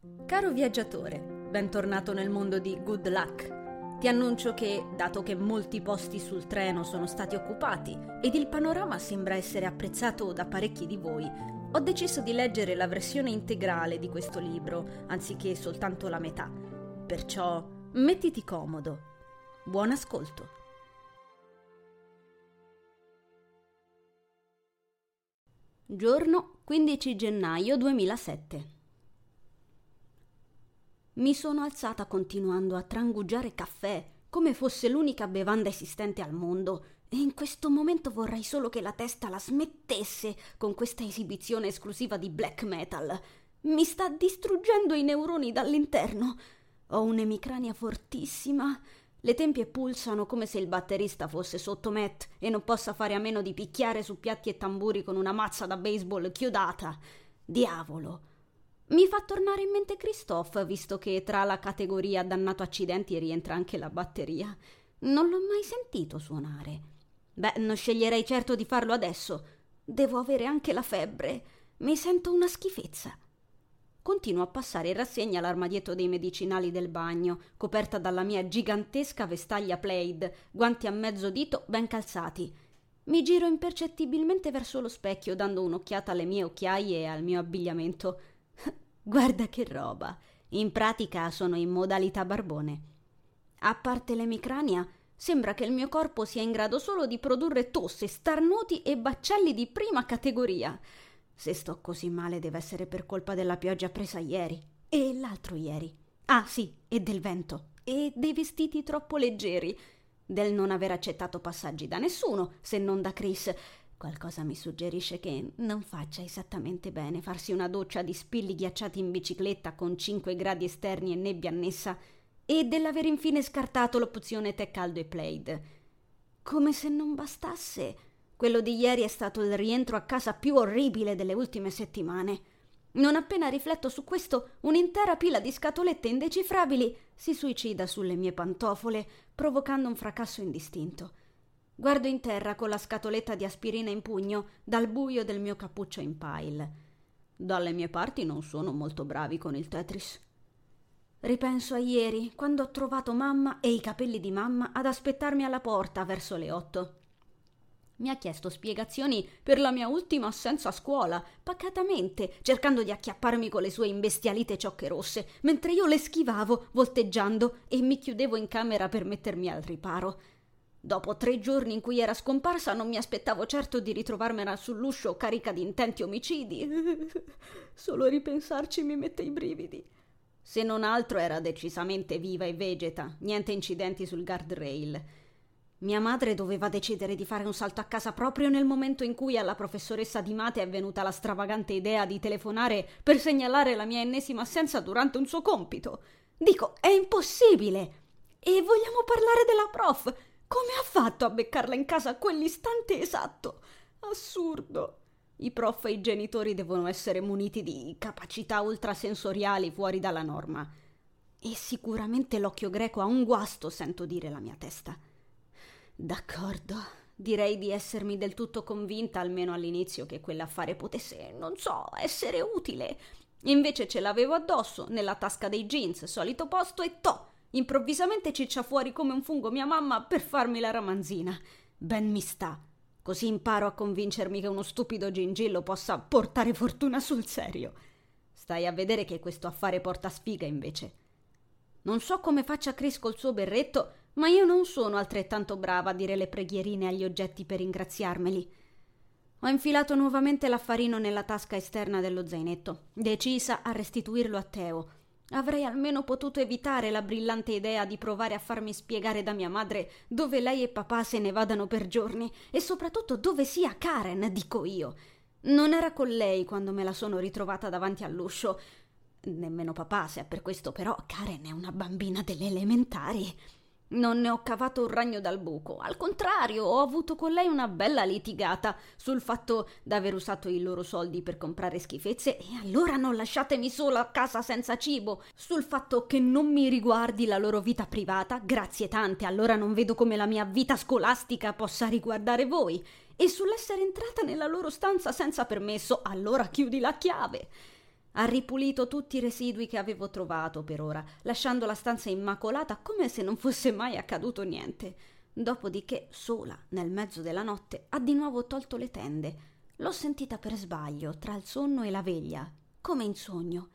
Caro viaggiatore, bentornato nel mondo di Good Luck. Ti annuncio che, dato che molti posti sul treno sono stati occupati ed il panorama sembra essere apprezzato da parecchi di voi, ho deciso di leggere la versione integrale di questo libro, anziché soltanto la metà. Perciò mettiti comodo. Buon ascolto. Giorno 15 gennaio 2007. Mi sono alzata continuando a trangugiare caffè come fosse l'unica bevanda esistente al mondo e in questo momento vorrei solo che la testa la smettesse con questa esibizione esclusiva di black metal. Mi sta distruggendo i neuroni dall'interno. Ho un'emicrania fortissima. Le tempie pulsano come se il batterista fosse sotto Matt e non possa fare a meno di picchiare su piatti e tamburi con una mazza da baseball chiodata. Diavolo! Mi fa tornare in mente Christophe, visto che tra la categoria dannato accidenti rientra anche la batteria. Non l'ho mai sentito suonare. Beh, non sceglierei certo di farlo adesso. Devo avere anche la febbre. Mi sento una schifezza. Continuo a passare in rassegna l'armadietto dei medicinali del bagno, coperta dalla mia gigantesca vestaglia Plaid, guanti a mezzo dito ben calzati. Mi giro impercettibilmente verso lo specchio, dando un'occhiata alle mie occhiaie e al mio abbigliamento. Guarda che roba! In pratica sono in modalità barbone. A parte l'emicrania, sembra che il mio corpo sia in grado solo di produrre tosse, starnuti e baccelli di prima categoria. Se sto così male deve essere per colpa della pioggia presa ieri e l'altro ieri. Ah sì, e del vento e dei vestiti troppo leggeri, del non aver accettato passaggi da nessuno se non da Chris. Qualcosa mi suggerisce che non faccia esattamente bene farsi una doccia di spilli ghiacciati in bicicletta con 5 gradi esterni e nebbia annessa e dell'aver infine scartato l'opzione tè caldo e Plaid. Come se non bastasse, quello di ieri è stato il rientro a casa più orribile delle ultime settimane. Non appena rifletto su questo, un'intera pila di scatolette indecifrabili si suicida sulle mie pantofole, provocando un fracasso indistinto. Guardo in terra con la scatoletta di aspirina in pugno dal buio del mio cappuccio in pile. Dalle mie parti non sono molto bravi con il Tetris. Ripenso a ieri, quando ho trovato mamma e i capelli di mamma ad aspettarmi alla porta verso le 8. Mi ha chiesto spiegazioni per la mia ultima assenza a scuola, pacatamente, cercando di acchiapparmi con le sue imbestialite ciocche rosse, mentre io le schivavo, volteggiando, e mi chiudevo in camera per mettermi al riparo. Dopo 3 giorni in cui era scomparsa non mi aspettavo certo di ritrovarmela sull'uscio carica di intenti omicidi. Solo a ripensarci mi mette i brividi. Se non altro era decisamente viva e vegeta, niente incidenti sul guardrail. Mia madre doveva decidere di fare un salto a casa proprio nel momento in cui alla professoressa di mate è venuta la stravagante idea di telefonare per segnalare la mia ennesima assenza durante un suo compito. Dico, è impossibile! E vogliamo parlare della prof? Come ha fatto a beccarla in casa a quell'istante esatto? Assurdo! I prof e i genitori devono essere muniti di capacità ultrasensoriali fuori dalla norma. E sicuramente l'occhio greco ha un guasto, sento dire la mia testa. D'accordo, direi di essermi del tutto convinta, almeno all'inizio, che quell'affare potesse, non so, essere utile. Invece ce l'avevo addosso, nella tasca dei jeans, solito posto, e improvvisamente ciccia fuori come un fungo mia mamma per farmi la ramanzina. Ben mi sta. Così imparo a convincermi che uno stupido gingillo possa portare fortuna sul serio. Stai a vedere che questo affare porta sfiga, invece. Non so come faccia Chris col suo berretto, ma io non sono altrettanto brava a dire le preghierine agli oggetti per ringraziarmeli. Ho infilato nuovamente l'affarino nella tasca esterna dello zainetto, decisa a restituirlo a Teo. Avrei almeno potuto evitare la brillante idea di provare a farmi spiegare da mia madre dove lei e papà se ne vadano per giorni e soprattutto dove sia Karen, dico io. Non era con lei quando me la sono ritrovata davanti all'uscio. Nemmeno papà, se è per questo, però Karen è una bambina delle elementari. Non ne ho cavato un ragno dal buco, al contrario, ho avuto con lei una bella litigata sul fatto d'aver usato i loro soldi per comprare schifezze e allora non lasciatemi sola a casa senza cibo, sul fatto che non mi riguardi la loro vita privata, grazie tante, allora non vedo come la mia vita scolastica possa riguardare voi, e sull'essere entrata nella loro stanza senza permesso, allora chiudi la chiave. Ha ripulito tutti i residui che avevo trovato per ora, lasciando la stanza immacolata come se non fosse mai accaduto niente. Dopodiché, sola, nel mezzo della notte, ha di nuovo tolto le tende. L'ho sentita per sbaglio, tra il sonno e la veglia, come in sogno.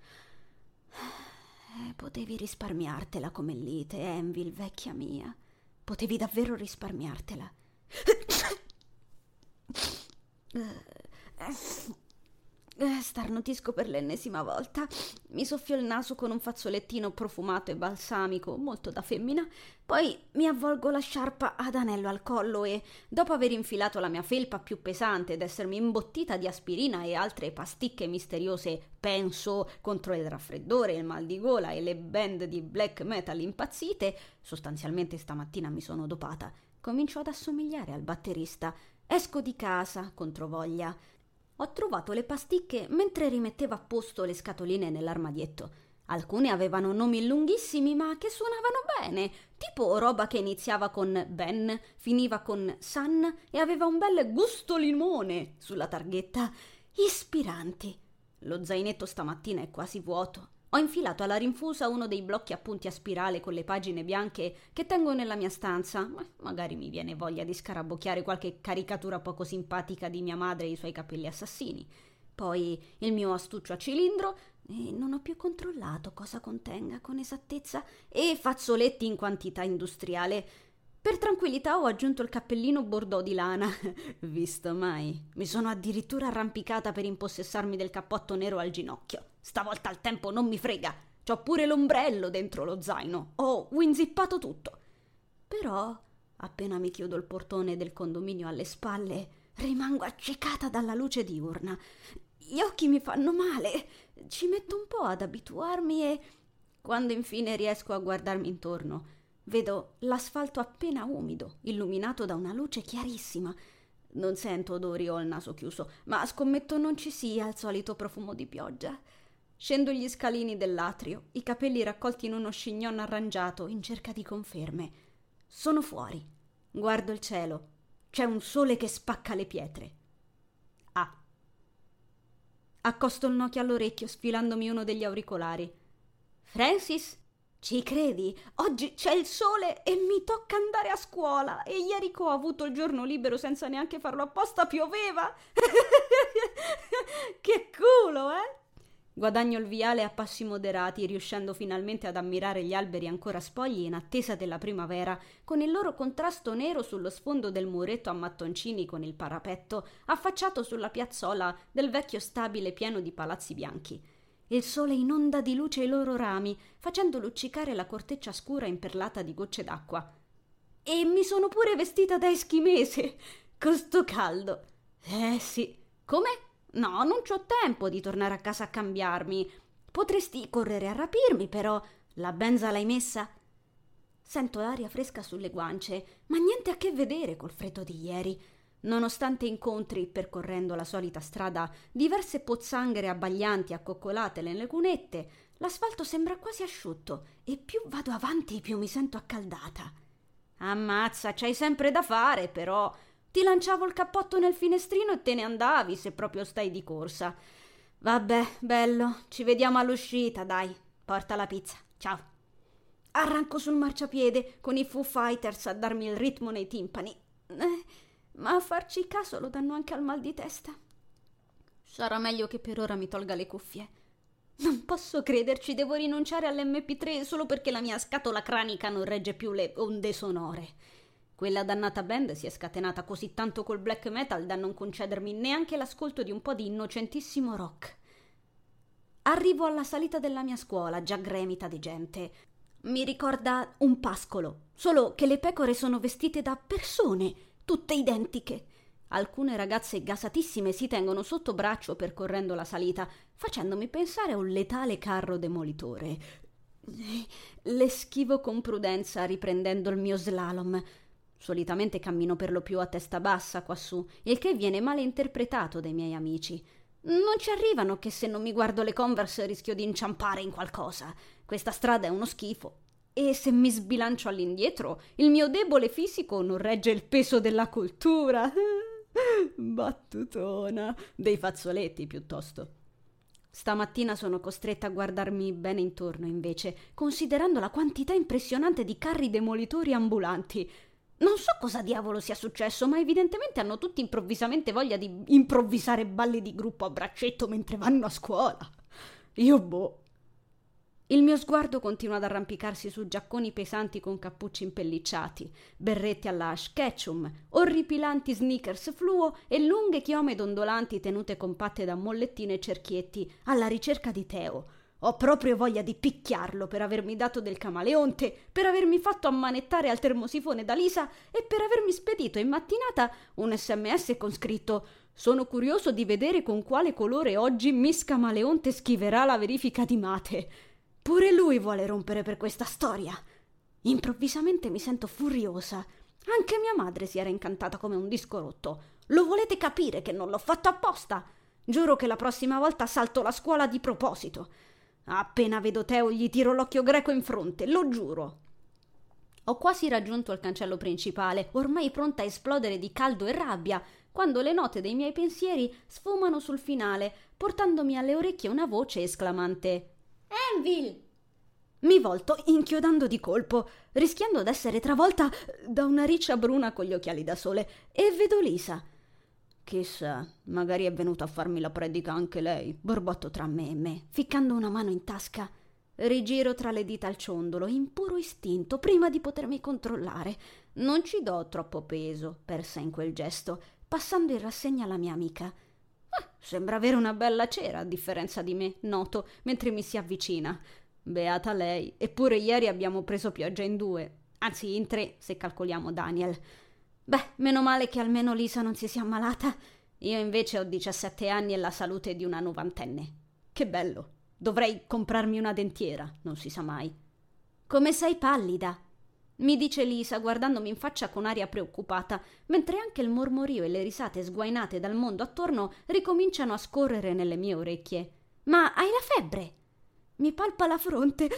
Potevi risparmiartela come lite, Envil, vecchia mia. Potevi davvero risparmiartela. Starnutisco per l'ennesima volta. Mi soffio il naso con un fazzolettino profumato e balsamico, molto da femmina. Poi mi avvolgo la sciarpa ad anello al collo e, dopo aver infilato la mia felpa più pesante ed essermi imbottita di aspirina e altre pasticche misteriose, penso, contro il raffreddore, il mal di gola e le band di black metal impazzite, sostanzialmente stamattina mi sono dopata, comincio ad assomigliare al batterista. Esco di casa, controvoglia. Ho trovato le pasticche mentre rimettevo a posto le scatoline nell'armadietto. Alcune avevano nomi lunghissimi ma che suonavano bene, tipo roba che iniziava con Ben, finiva con San e aveva un bel gusto limone sulla targhetta. Ispiranti. Lo zainetto stamattina è quasi vuoto. Ho infilato alla rinfusa uno dei blocchi a punti a spirale con le pagine bianche che tengo nella mia stanza, ma magari mi viene voglia di scarabocchiare qualche caricatura poco simpatica di mia madre e i suoi capelli assassini. Poi il mio astuccio a cilindro, e non ho più controllato cosa contenga con esattezza, e fazzoletti in quantità industriale. Per tranquillità ho aggiunto il cappellino bordeaux di lana. Visto mai? Mi sono addirittura arrampicata per impossessarmi del cappotto nero al ginocchio. Stavolta il tempo non mi frega. C'ho pure l'ombrello dentro lo zaino. Ho inzippato tutto. Però, appena mi chiudo il portone del condominio alle spalle, rimango accecata dalla luce diurna. Gli occhi mi fanno male. Ci metto un po' ad abituarmi e, quando infine riesco a guardarmi intorno, vedo l'asfalto appena umido, illuminato da una luce chiarissima. Non sento odori o il naso chiuso, ma scommetto non ci sia il solito profumo di pioggia. Scendo gli scalini dell'atrio, i capelli raccolti in uno chignon arrangiato in cerca di conferme. Sono fuori. Guardo il cielo. C'è un sole che spacca le pietre. Accosto il Nokia all'orecchio sfilandomi uno degli auricolari. Francis? Ci credi? Oggi c'è il sole e mi tocca andare a scuola e ieri che ho avuto il giorno libero senza neanche farlo apposta pioveva. Che culo, eh? Guadagno il viale a passi moderati, riuscendo finalmente ad ammirare gli alberi ancora spogli in attesa della primavera, con il loro contrasto nero sullo sfondo del muretto a mattoncini con il parapetto, affacciato sulla piazzola del vecchio stabile pieno di palazzi bianchi. Il sole inonda di luce i loro rami, facendo luccicare la corteccia scura imperlata di gocce d'acqua. E mi sono pure vestita da eschimese, con sto caldo. Sì. Come? No, non c'ho tempo di tornare a casa a cambiarmi. Potresti correre a rapirmi, però la benza l'hai messa? Sento l'aria fresca sulle guance, ma niente a che vedere col freddo di ieri. Nonostante incontri, percorrendo la solita strada, diverse pozzanghere abbaglianti accoccolate nelle cunette, l'asfalto sembra quasi asciutto e più vado avanti più mi sento accaldata. Ammazza, c'hai sempre da fare, però. Ti lanciavo il cappotto nel finestrino e te ne andavi se proprio stai di corsa. Vabbè, bello, ci vediamo all'uscita, dai. Porta la pizza, ciao. Arranco sul marciapiede con i Foo Fighters a darmi il ritmo nei timpani. Ma a farci caso lo danno anche al mal di testa. Sarà meglio che per ora mi tolga le cuffie. Non posso crederci, devo rinunciare all'MP3 solo perché la mia scatola cranica non regge più le onde sonore. Quella dannata band si è scatenata così tanto col black metal da non concedermi neanche l'ascolto di un po' di innocentissimo rock. Arrivo alla salita della mia scuola, già gremita di gente. Mi ricorda un pascolo, solo che le pecore sono vestite da persone, tutte identiche. Alcune ragazze gasatissime si tengono sotto braccio percorrendo la salita, facendomi pensare a un letale carro demolitore. Le schivo con prudenza, riprendendo il mio slalom. Solitamente cammino per lo più a testa bassa quassù, il che viene male interpretato dai miei amici. Non ci arrivano che se non mi guardo le Converse rischio di inciampare in qualcosa. Questa strada è uno schifo. E se mi sbilancio all'indietro, il mio debole fisico non regge il peso della cultura. Battutona. Dei fazzoletti, piuttosto. Stamattina sono costretta a guardarmi bene intorno, invece, considerando la quantità impressionante di carri demolitori ambulanti. Non so cosa diavolo sia successo, ma evidentemente hanno tutti improvvisamente voglia di improvvisare balli di gruppo a braccetto mentre vanno a scuola. Io boh. Il mio sguardo continua ad arrampicarsi su giacconi pesanti con cappucci impellicciati, berretti all'ash ketchum, orripilanti sneakers fluo e lunghe chiome dondolanti tenute compatte da mollettine e cerchietti alla ricerca di Teo. Ho proprio voglia di picchiarlo per avermi dato del camaleonte, per avermi fatto ammanettare al termosifone da Lisa e per avermi spedito in mattinata un SMS con scritto: «Sono curioso di vedere con quale colore oggi Miss Camaleonte schiverà la verifica di mate». Pure lui vuole rompere per questa storia. Improvvisamente mi sento furiosa. Anche mia madre si era incantata come un disco rotto. Lo volete capire che non l'ho fatto apposta? Giuro che la prossima volta salto la scuola di proposito. Appena vedo Teo gli tiro l'occhio greco in fronte, lo giuro. Ho quasi raggiunto il cancello principale, ormai pronta a esplodere di caldo e rabbia, quando le note dei miei pensieri sfumano sul finale, portandomi alle orecchie una voce esclamante: «Anvil!» Mi volto inchiodando di colpo, rischiando d'essere travolta da una riccia bruna con gli occhiali da sole, e vedo Lisa. Chissà, magari è venuta a farmi la predica anche lei, borbotto tra me e me, ficcando una mano in tasca. Rigiro tra le dita il ciondolo, in puro istinto, prima di potermi controllare. Non ci do troppo peso, persa in quel gesto, passando in rassegna la mia amica. Sembra avere una bella cera, a differenza di me, noto, mentre mi si avvicina. Beata lei, eppure ieri abbiamo preso pioggia in 2, anzi in 3 se calcoliamo Daniel. Beh, meno male che almeno Lisa non si sia ammalata. Io invece ho 17 anni e la salute di una novantenne. Che bello, dovrei comprarmi una dentiera, non si sa mai. Come sei pallida, mi dice Lisa guardandomi in faccia con aria preoccupata, mentre anche il mormorio e le risate sguainate dal mondo attorno ricominciano a scorrere nelle mie orecchie. Ma hai la febbre? Mi palpa la fronte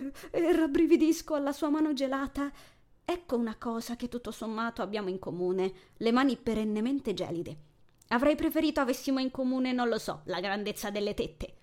e rabbrividisco alla sua mano gelata. Ecco una cosa che tutto sommato abbiamo in comune: le mani perennemente gelide. Avrei preferito avessimo in comune, non lo so, la grandezza delle tette.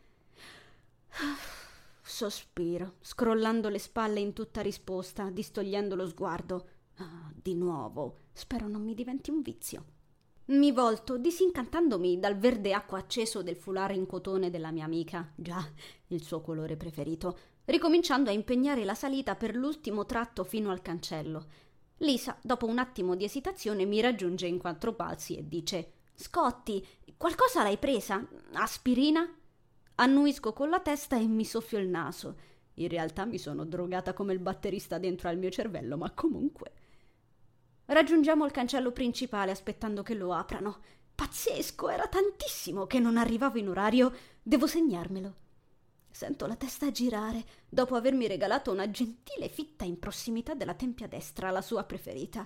Sospiro, scrollando le spalle in tutta risposta, distogliendo lo sguardo. Di nuovo, spero non mi diventi un vizio. Mi volto, disincantandomi dal verde acqua acceso del foulard in cotone della mia amica, già il suo colore preferito, ricominciando a impegnare la salita per l'ultimo tratto fino al cancello. Lisa, dopo un attimo di esitazione, mi raggiunge in 4 balzi e dice: «Scotti, qualcosa l'hai presa? Aspirina?» Annuisco con la testa e mi soffio il naso. In realtà mi sono drogata come il batterista dentro al mio cervello, ma comunque. Raggiungiamo il cancello principale aspettando che lo aprano. Pazzesco, era tantissimo che non arrivavo in orario. Devo segnarmelo. Sento la testa girare dopo avermi regalato una gentile fitta in prossimità della tempia destra, la sua preferita.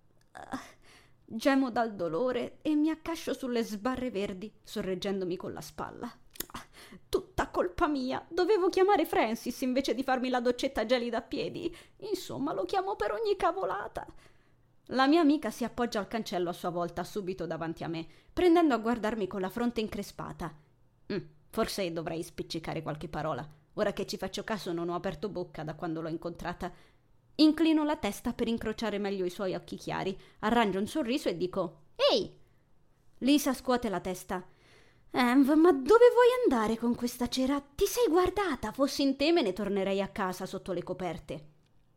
Gemo dal dolore e mi accascio sulle sbarre verdi, sorreggendomi con la spalla. Tutta colpa mia. Dovevo chiamare Francis invece di farmi la doccetta gelida a piedi. Insomma, lo chiamo per ogni cavolata. La mia amica si appoggia al cancello a sua volta, subito davanti a me, prendendo a guardarmi con la fronte increspata. Forse dovrei spiccicare qualche parola. Ora che ci faccio caso non ho aperto bocca da quando l'ho incontrata. Inclino la testa per incrociare meglio i suoi occhi chiari, arrangio un sorriso e dico: «Ehi!» Lisa scuote la testa. Ma dove vuoi andare con questa cera? Ti sei guardata? Fossi in te me ne tornerei a casa sotto le coperte.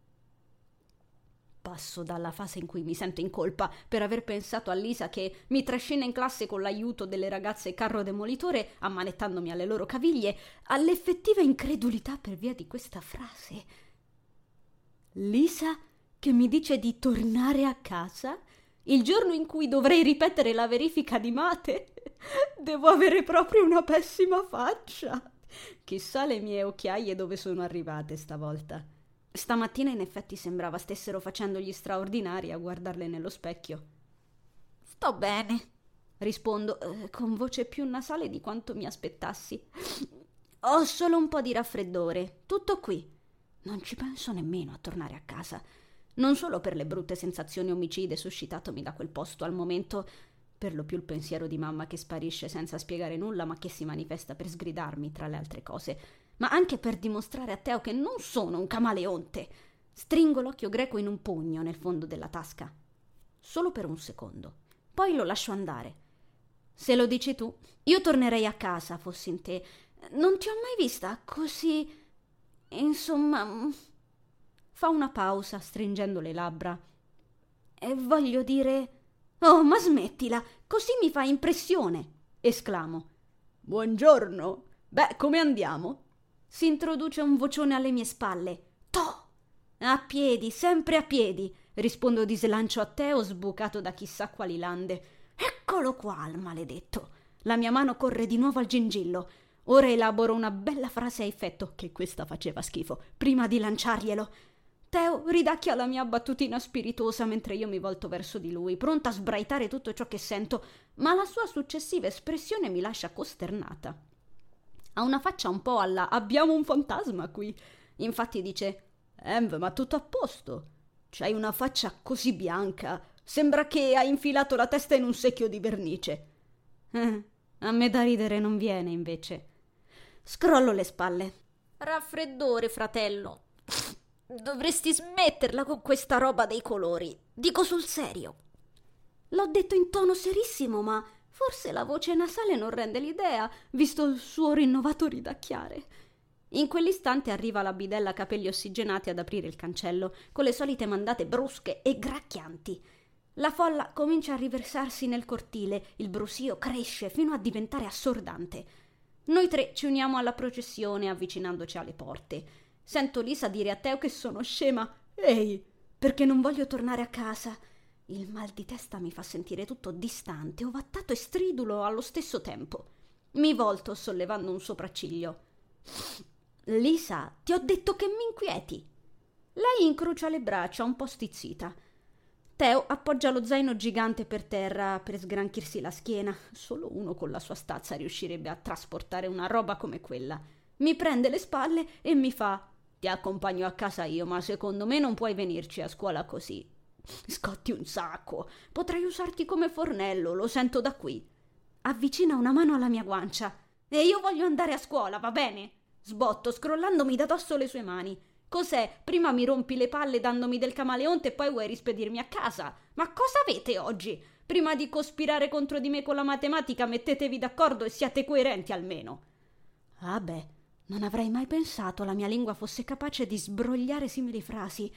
Passo dalla fase in cui mi sento in colpa per aver pensato a Lisa che mi trascina in classe con l'aiuto delle ragazze carro demolitore, ammanettandomi alle loro caviglie, all'effettiva incredulità per via di questa frase. Lisa che mi dice di tornare a casa il giorno in cui dovrei ripetere la verifica di mate? Devo avere proprio una pessima faccia. Chissà le mie occhiaie dove sono arrivate stavolta. Stamattina in effetti sembrava stessero facendo gli straordinari a guardarle nello specchio. «Sto bene», rispondo con voce più nasale di quanto mi aspettassi. «Ho solo un po' di raffreddore, tutto qui. Non ci penso nemmeno a tornare a casa. Non solo per le brutte sensazioni omicide suscitatomi da quel posto al momento, per lo più il pensiero di mamma che sparisce senza spiegare nulla, ma che si manifesta per sgridarmi, tra le altre cose, ma anche per dimostrare a Teo che non sono un camaleonte. Stringo l'occhio greco in un pugno nel fondo della tasca. Solo per un secondo. Poi lo lascio andare. Se lo dici tu, io tornerei a casa, fossi in te. Non ti ho mai vista così... Insomma... Fa una pausa, stringendo le labbra. E voglio dire... Oh, ma smettila, così mi fa impressione, esclamo. Buongiorno. Beh, come andiamo? Si introduce un vocione alle mie spalle. Toh! A piedi, sempre a piedi, rispondo di slancio a Teo, sbucato da chissà quali lande. Eccolo qua, il maledetto. La mia mano corre di nuovo al gingillo. Ora elaboro una bella frase a effetto, che questa faceva schifo, prima di lanciarglielo. Teo ridacchia la mia battutina spiritosa mentre io mi volto verso di lui, pronta a sbraitare tutto ciò che sento, ma la sua successiva espressione mi lascia costernata. Ha una faccia un po' alla "abbiamo un fantasma qui". Infatti dice: ma tutto a posto. C'hai una faccia così bianca, sembra che hai infilato la testa in un secchio di vernice. A me da ridere non viene, invece. Scrollo le spalle. Raffreddore, fratello. Dovresti smetterla con questa roba dei colori. Dico sul serio. L'ho detto in tono serissimo, ma forse la voce nasale non rende l'idea, visto il suo rinnovato ridacchiare. In quell'istante arriva la bidella a capelli ossigenati ad aprire il cancello, con le solite mandate brusche e gracchianti. La folla comincia a riversarsi nel cortile, il brusio cresce fino a diventare assordante. Noi tre ci uniamo alla processione avvicinandoci alle porte. Sento Lisa dire a Teo che sono scema. Ehi, perché non voglio tornare a casa. Il mal di testa mi fa sentire tutto distante, ovattato e stridulo allo stesso tempo. Mi volto sollevando un sopracciglio. Lisa, ti ho detto che mi inquieti. Lei incrocia le braccia, un po' stizzita. Teo appoggia lo zaino gigante per terra per sgranchirsi la schiena. Solo uno con la sua stazza riuscirebbe a trasportare una roba come quella. Mi prende le spalle e mi fa: ti accompagno a casa io, ma secondo me non puoi venirci a scuola così. Scotti un sacco. Potrei usarti come fornello, lo sento da qui. Avvicina una mano alla mia guancia. E io voglio andare a scuola, va bene? Sbotto, scrollandomi da dosso le sue mani. Cos'è? Prima mi rompi le palle dandomi del camaleonte e poi vuoi rispedirmi a casa? Ma cosa avete oggi? Prima di cospirare contro di me con la matematica, mettetevi d'accordo e siate coerenti almeno. Ah beh, non avrei mai pensato la mia lingua fosse capace di sbrogliare simili frasi.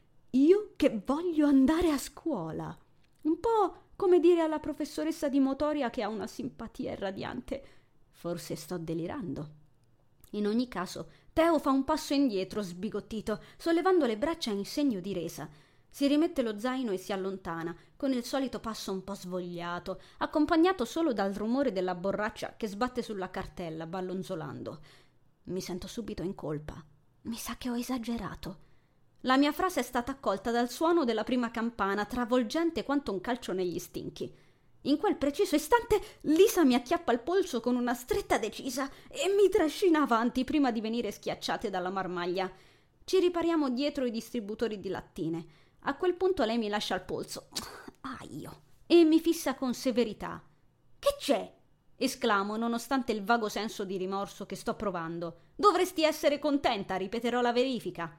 Io che voglio andare a scuola. Un po' come dire alla professoressa di motoria che ha una simpatia irradiante. Forse sto delirando. In ogni caso, Teo fa un passo indietro, sbigottito, sollevando le braccia in segno di resa. Si rimette lo zaino e si allontana, con il solito passo un po' svogliato, accompagnato solo dal rumore della borraccia che sbatte sulla cartella, ballonzolando. Mi sento subito in colpa. Mi sa che ho esagerato. La mia frase è stata accolta dal suono della prima campana, travolgente quanto un calcio negli stinchi. In quel preciso istante Lisa mi acchiappa il polso con una stretta decisa e mi trascina avanti prima di venire schiacciate dalla marmaglia. Ci ripariamo dietro i distributori di lattine. A quel punto lei mi lascia il polso. Aio! E mi fissa con severità. Che c'è? Esclamo, nonostante il vago senso di rimorso che sto provando. Dovresti essere contenta, ripeterò la verifica.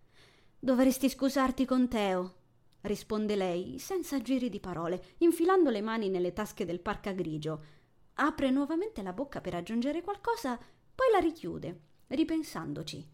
Dovresti scusarti con Teo, risponde lei, senza giri di parole, infilando le mani nelle tasche del parca grigio. Apre nuovamente la bocca per aggiungere qualcosa, poi la richiude, ripensandoci.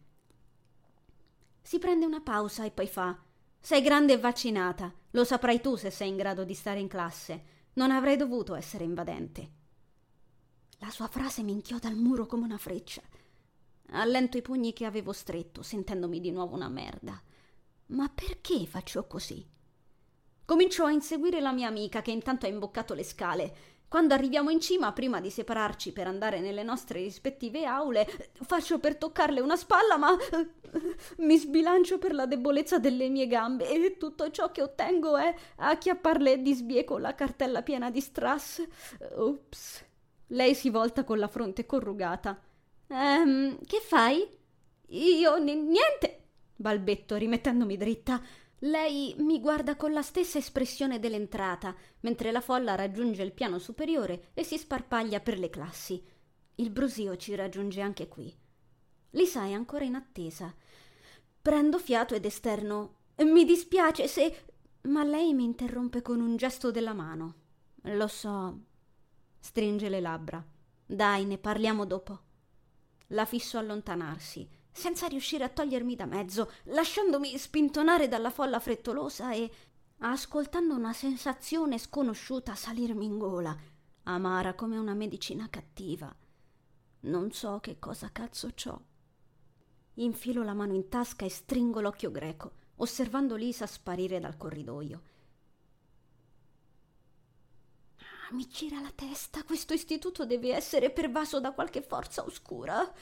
Si prende una pausa e poi fa: sei grande e vaccinata, lo saprai tu se sei in grado di stare in classe. Non avrei dovuto essere invadente. La sua frase mi inchioda al muro come una freccia. Allento i pugni che avevo stretto, sentendomi di nuovo una merda. Ma perché faccio così? Comincio a inseguire la mia amica che intanto ha imboccato le scale. Quando arriviamo in cima, prima di separarci per andare nelle nostre rispettive aule, faccio per toccarle una spalla, ma mi sbilancio per la debolezza delle mie gambe e tutto ciò che ottengo è acchiapparle di sbieco la cartella piena di strass. Ops. Lei si volta con la fronte corrugata. Che fai? Io niente, balbetto rimettendomi dritta. Lei mi guarda con la stessa espressione dell'entrata, mentre la folla raggiunge il piano superiore e si sparpaglia per le classi. Il brusio ci raggiunge anche qui. Lisa è ancora in attesa. Prendo fiato ed esterno: mi dispiace se... Ma lei mi interrompe con un gesto della mano. Lo so. Stringe le labbra. Dai, ne parliamo dopo. La fisso allontanarsi, senza riuscire a togliermi da mezzo, lasciandomi spintonare dalla folla frettolosa e ascoltando una sensazione sconosciuta salirmi in gola, amara come una medicina cattiva. Non so che cosa cazzo c'ho. Infilo la mano in tasca e stringo l'occhio greco, osservando Lisa sparire dal corridoio. Mi gira la testa, questo istituto deve essere pervaso da qualche forza oscura.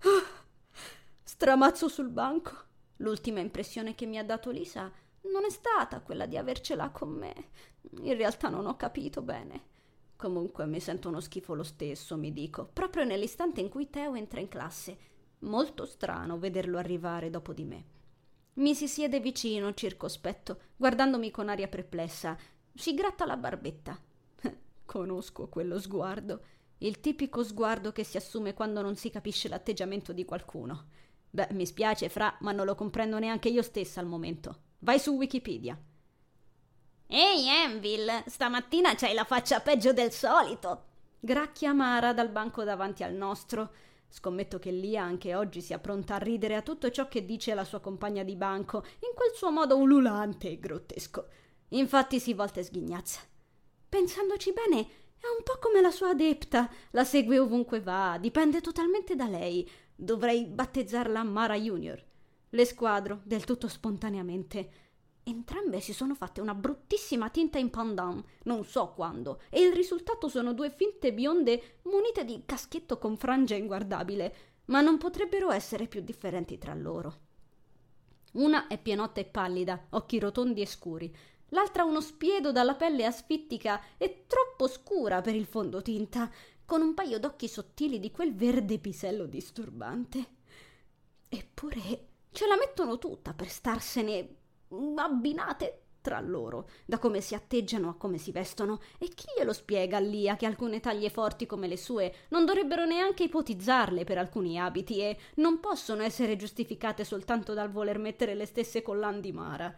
Stramazzo sul banco. L'ultima impressione che mi ha dato Lisa non è stata quella di avercela con me. In realtà non ho capito bene. Comunque mi sento uno schifo lo stesso, mi dico, proprio nell'istante in cui Teo entra in classe. Molto strano vederlo arrivare dopo di me. Mi si siede vicino, circospetto, guardandomi con aria perplessa. Si gratta la barbetta. Conosco quello sguardo, il tipico sguardo che si assume quando non si capisce l'atteggiamento di qualcuno. Beh, mi spiace, Fra, ma non lo comprendo neanche io stessa al momento. Vai su Wikipedia. Ehi, Anvil, stamattina c'hai la faccia peggio del solito, gracchia Mara dal banco davanti al nostro. Scommetto che Lia anche oggi sia pronta a ridere a tutto ciò che dice la sua compagna di banco, in quel suo modo ululante e grottesco. Infatti si volta e sghignazza. Pensandoci bene, è un po' come la sua adepta, la segue ovunque va, dipende totalmente da lei. Dovrei battezzarla Mara Junior. Le squadro, del tutto spontaneamente. Entrambe si sono fatte una bruttissima tinta in pandan, non so quando, e il risultato sono due finte bionde munite di caschetto con frangia inguardabile, ma non potrebbero essere più differenti tra loro. Una è pienotta e pallida, occhi rotondi e scuri. L'altra uno spiedo dalla pelle asfittica e troppo scura per il fondotinta, con un paio d'occhi sottili di quel verde pisello disturbante. Eppure ce la mettono tutta per starsene abbinate tra loro, da come si atteggiano a come si vestono, e chi glielo spiega a Lia che alcune taglie forti come le sue non dovrebbero neanche ipotizzarle per alcuni abiti e non possono essere giustificate soltanto dal voler mettere le stesse collane di Mara.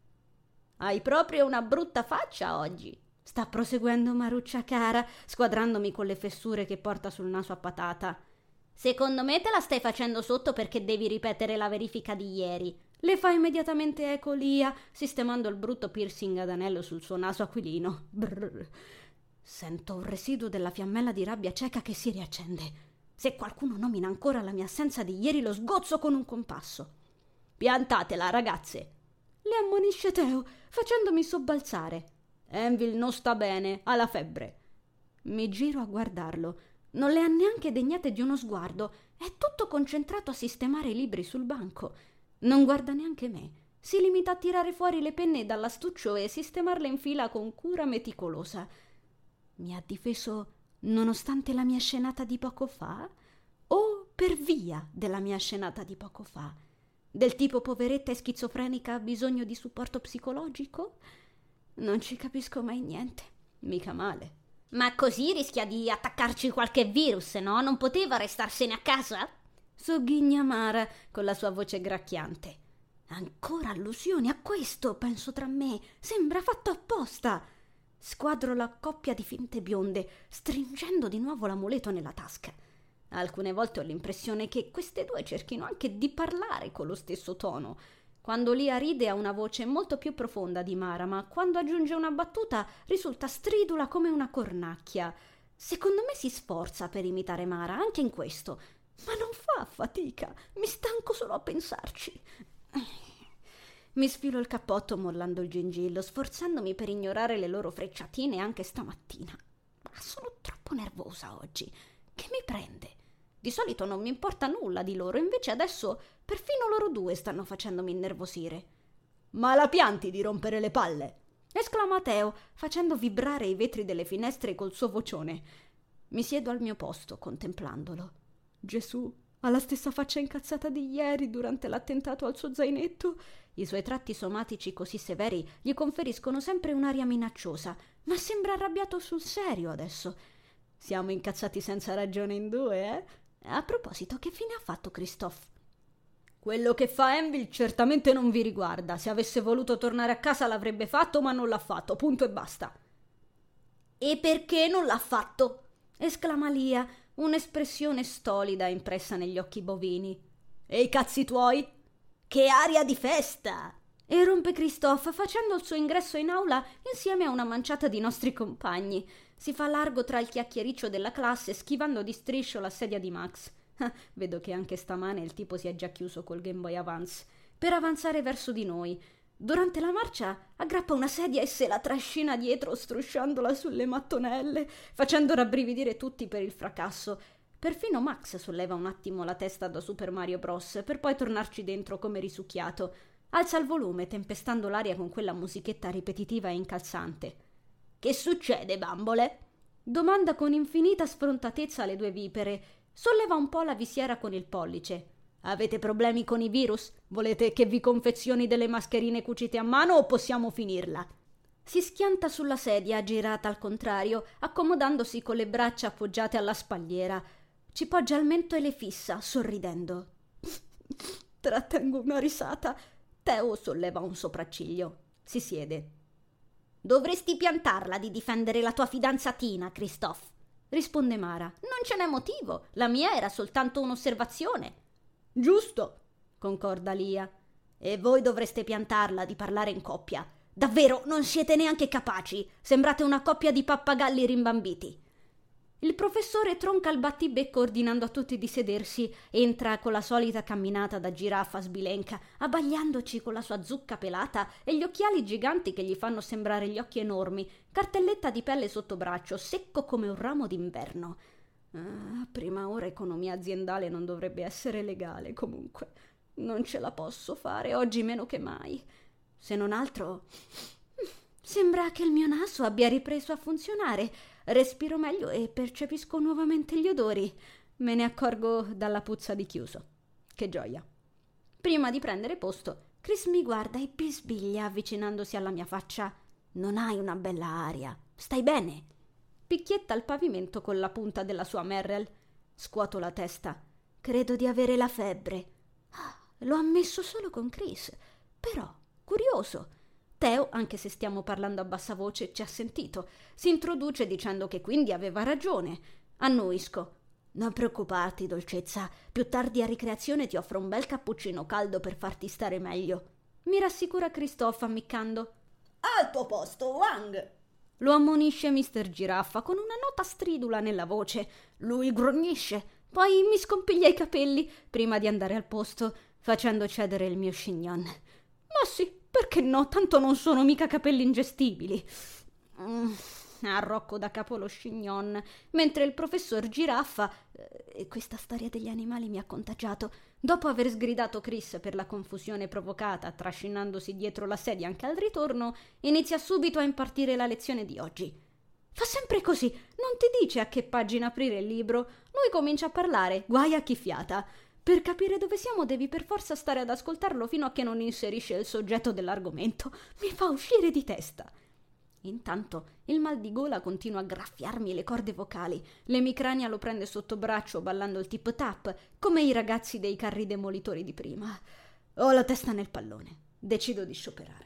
Hai proprio una brutta faccia oggi, sta proseguendo Maruccia cara, squadrandomi con le fessure che porta sul naso a patata. Secondo me te la stai facendo sotto perché devi ripetere la verifica di ieri. Le fa immediatamente eco Lia, sistemando il brutto piercing ad anello sul suo naso aquilino. Brrr. Sento un residuo della fiammella di rabbia cieca che si riaccende. Se qualcuno nomina ancora la mia assenza di ieri lo sgozzo con un compasso. Piantatela, ragazze! Le ammonisce Teo, facendomi sobbalzare. Anvil non sta bene, ha la febbre. Mi giro a guardarlo. Non le ha neanche degnate di uno sguardo. È tutto concentrato a sistemare i libri sul banco. Non guarda neanche me. Si limita a tirare fuori le penne dall'astuccio e sistemarle in fila con cura meticolosa. Mi ha difeso nonostante la mia scenata di poco fa? O per via della mia scenata di poco fa? Del tipo poveretta e schizofrenica ha bisogno di supporto psicologico? Non ci capisco mai niente, mica male. Ma così rischia di attaccarci qualche virus, no? Non poteva restarsene a casa? Sogghigna Mara con la sua voce gracchiante. Ancora allusioni a questo, penso tra me. Sembra fatto apposta. Squadro la coppia di finte bionde, stringendo di nuovo l'amuleto nella tasca. Alcune volte ho l'impressione che queste due cerchino anche di parlare con lo stesso tono. Quando Lia ride ha una voce molto più profonda di Mara, ma quando aggiunge una battuta risulta stridula come una cornacchia. Secondo me si sforza per imitare Mara, anche in questo, ma non fa fatica, mi stanco solo a pensarci. Mi sfilo il cappotto mollando il gingillo, sforzandomi per ignorare le loro frecciatine anche stamattina. Ma sono troppo nervosa oggi. Che mi prende? Di solito non mi importa nulla di loro, invece adesso perfino loro due stanno facendomi innervosire. Ma la pianti di rompere le palle? Esclama Teo, facendo vibrare i vetri delle finestre col suo vocione. Mi siedo al mio posto, contemplandolo. Gesù, Ha la stessa faccia incazzata di ieri durante l'attentato al suo zainetto. I suoi tratti somatici così severi gli conferiscono sempre un'aria minacciosa, ma sembra arrabbiato sul serio adesso. Siamo incazzati senza ragione in due, eh? A proposito, che fine ha fatto Christophe? Quello che fa Envil certamente non vi riguarda. Se avesse voluto tornare a casa l'avrebbe fatto, ma non l'ha fatto, punto e basta. E perché non l'ha fatto? Esclama Lia, un'espressione stolida impressa negli occhi bovini. E i cazzi tuoi? Che aria di festa! Irrompe Christophe facendo il suo ingresso in aula insieme a una manciata di nostri compagni. Si fa largo tra il chiacchiericcio della classe, schivando di striscio la sedia di Max. Vedo che anche stamane il tipo si è già chiuso col Game Boy Advance per avanzare verso di noi. Durante la marcia aggrappa una sedia e se la trascina dietro, strusciandola sulle mattonelle, facendo rabbrividire tutti per il fracasso. Perfino Max solleva un attimo la testa da Super Mario Bros. Per poi tornarci dentro come risucchiato. Alza il volume, tempestando l'aria con quella musichetta ripetitiva e incalzante. «Che succede, bambole?» domanda con infinita sfrontatezza alle due vipere. Solleva un po' la visiera con il pollice. «Avete problemi con i virus? Volete che vi confezioni delle mascherine cucite a mano o possiamo finirla?» Si schianta sulla sedia, girata al contrario, accomodandosi con le braccia appoggiate alla spalliera. Ci poggia al mento e le fissa, sorridendo. Trattengo una risata. Teo solleva un sopracciglio. Si siede. «Dovresti piantarla di difendere la tua fidanzatina, Christophe», risponde Mara. «Non ce n'è motivo. La mia era soltanto un'osservazione». «Giusto», concorda Lia. «E voi dovreste piantarla di parlare in coppia. Davvero, non siete neanche capaci. Sembrate una coppia di pappagalli rimbambiti». Il professore tronca il battibecco ordinando a tutti di sedersi. Entra con la solita camminata da giraffa sbilenca, abbagliandoci con la sua zucca pelata e gli occhiali giganti che gli fanno sembrare gli occhi enormi, cartelletta di pelle sotto braccio, secco come un ramo d'inverno. Prima ora economia aziendale non dovrebbe essere legale, comunque. Non ce la posso fare, oggi meno che mai. Se non altro, sembra che il mio naso abbia ripreso a funzionare. Respiro meglio e percepisco nuovamente gli odori. Me ne accorgo dalla puzza di chiuso. Che gioia. Prima di prendere posto, Chris mi guarda e bisbiglia avvicinandosi alla mia faccia. «Non hai una bella aria. Stai bene?» Picchietta il pavimento con la punta della sua Merrell. Scuoto la testa. «Credo di avere la febbre». L'ho ammesso solo con Chris. Però, curioso. Teo, anche se stiamo parlando a bassa voce, ci ha sentito. Si introduce dicendo che quindi aveva ragione. Annuisco. «Non preoccuparti, dolcezza. Più tardi a ricreazione ti offro un bel cappuccino caldo per farti stare meglio», mi rassicura Christophe ammiccando. «Al tuo posto, Wang!» lo ammonisce Mister Giraffa con una nota stridula nella voce. Lui grugnisce, poi mi scompiglia i capelli prima di andare al posto, facendo cedere il mio chignon. «Ma sì, perché no? Tanto non sono mica capelli ingestibili». Arrocco da capo lo chignon, mentre il professor Giraffa, e questa storia degli animali mi ha contagiato, dopo aver sgridato Chris per la confusione provocata, trascinandosi dietro la sedia anche al ritorno, inizia subito a impartire la lezione di oggi. Fa sempre così, non ti dice a che pagina aprire il libro, lui comincia a parlare, guai a chi fiata. Per capire dove siamo devi per forza stare ad ascoltarlo fino a che non inserisce il soggetto dell'argomento. Mi fa uscire di testa. Intanto il mal di gola continua a graffiarmi le corde vocali. L'emicrania lo prende sotto braccio ballando il tip tap come i ragazzi dei carri demolitori di prima. Ho la testa nel pallone. Decido di scioperare.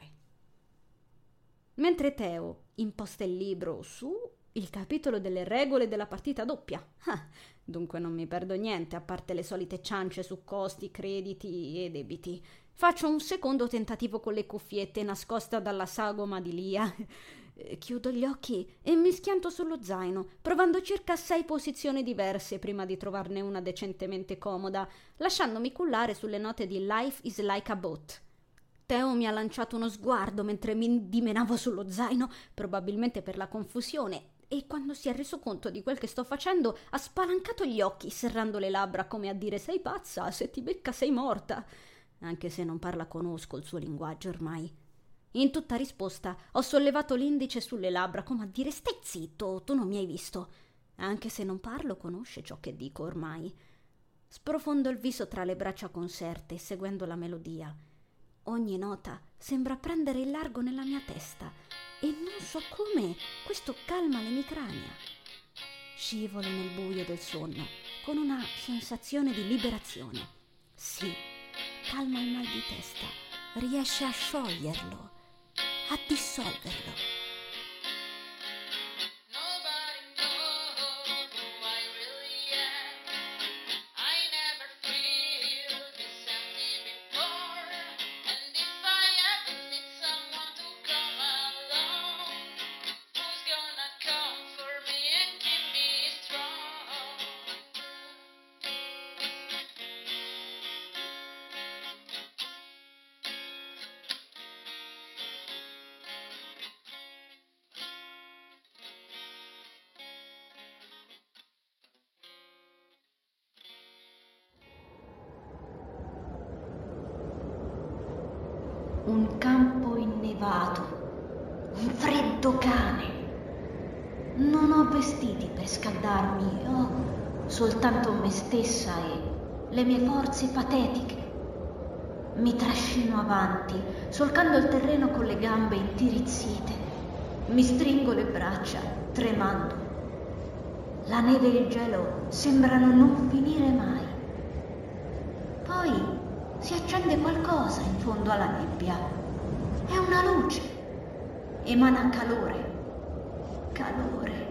Mentre Teo imposta il libro su il capitolo delle regole della partita doppia. Dunque non mi perdo niente, a parte le solite ciance su costi, crediti e debiti. Faccio un secondo tentativo con le cuffiette nascosta dalla sagoma di Lia. Chiudo gli occhi e mi schianto sullo zaino, provando circa 6 posizioni diverse prima di trovarne una decentemente comoda, lasciandomi cullare sulle note di Life is like a boat. Teo mi ha lanciato uno sguardo mentre mi dimenavo sullo zaino, probabilmente per la confusione, e quando si è reso conto di quel che sto facendo ha spalancato gli occhi, serrando le labbra come a dire «Sei pazza, se ti becca sei morta», anche se non parla conosco il suo linguaggio ormai. In tutta risposta ho sollevato l'indice sulle labbra come a dire «Stai zitto, tu non mi hai visto», anche se non parlo conosce ciò che dico ormai. Sprofondo il viso tra le braccia conserte, seguendo la melodia. Ogni nota sembra prendere il largo nella mia testa e non so come questo calma l'emicrania. Scivolo nel buio del sonno con una sensazione di liberazione. Sì, calma il mal di testa, riesce a scioglierlo, a dissolverlo. Un campo innevato, un freddo cane. Non ho vestiti per scaldarmi, ho soltanto me stessa e le mie forze patetiche. Mi trascino avanti, solcando il terreno con le gambe intirizzite. Mi stringo le braccia, tremando. La neve e il gelo sembrano non finire mai. Poi si accende qualcosa in fondo alla nebbia. È una luce. Emana calore. Calore.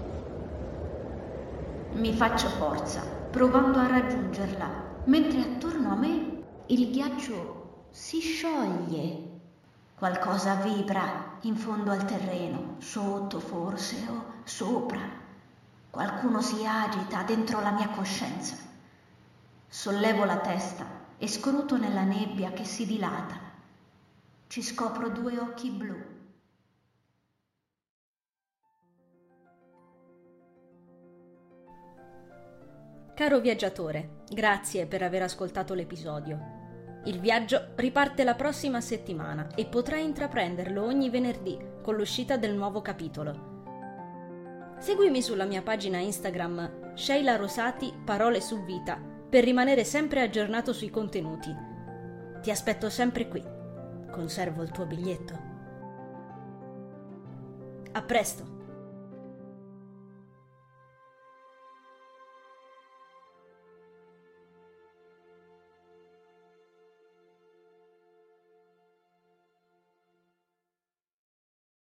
Mi faccio forza, provando a raggiungerla, mentre attorno a me il ghiaccio si scioglie. Qualcosa vibra in fondo al terreno, sotto forse o sopra. Qualcuno si agita dentro la mia coscienza. Sollevo la testa e scruto nella nebbia che si dilata. Ci scopro 2 occhi blu. Caro viaggiatore, grazie per aver ascoltato l'episodio. Il viaggio riparte la prossima settimana e potrai intraprenderlo ogni venerdì con l'uscita del nuovo capitolo. Seguimi sulla mia pagina Instagram Sheila Rosati Parole su Vita per rimanere sempre aggiornato sui contenuti. Ti aspetto sempre qui. Conservo il tuo biglietto. A presto!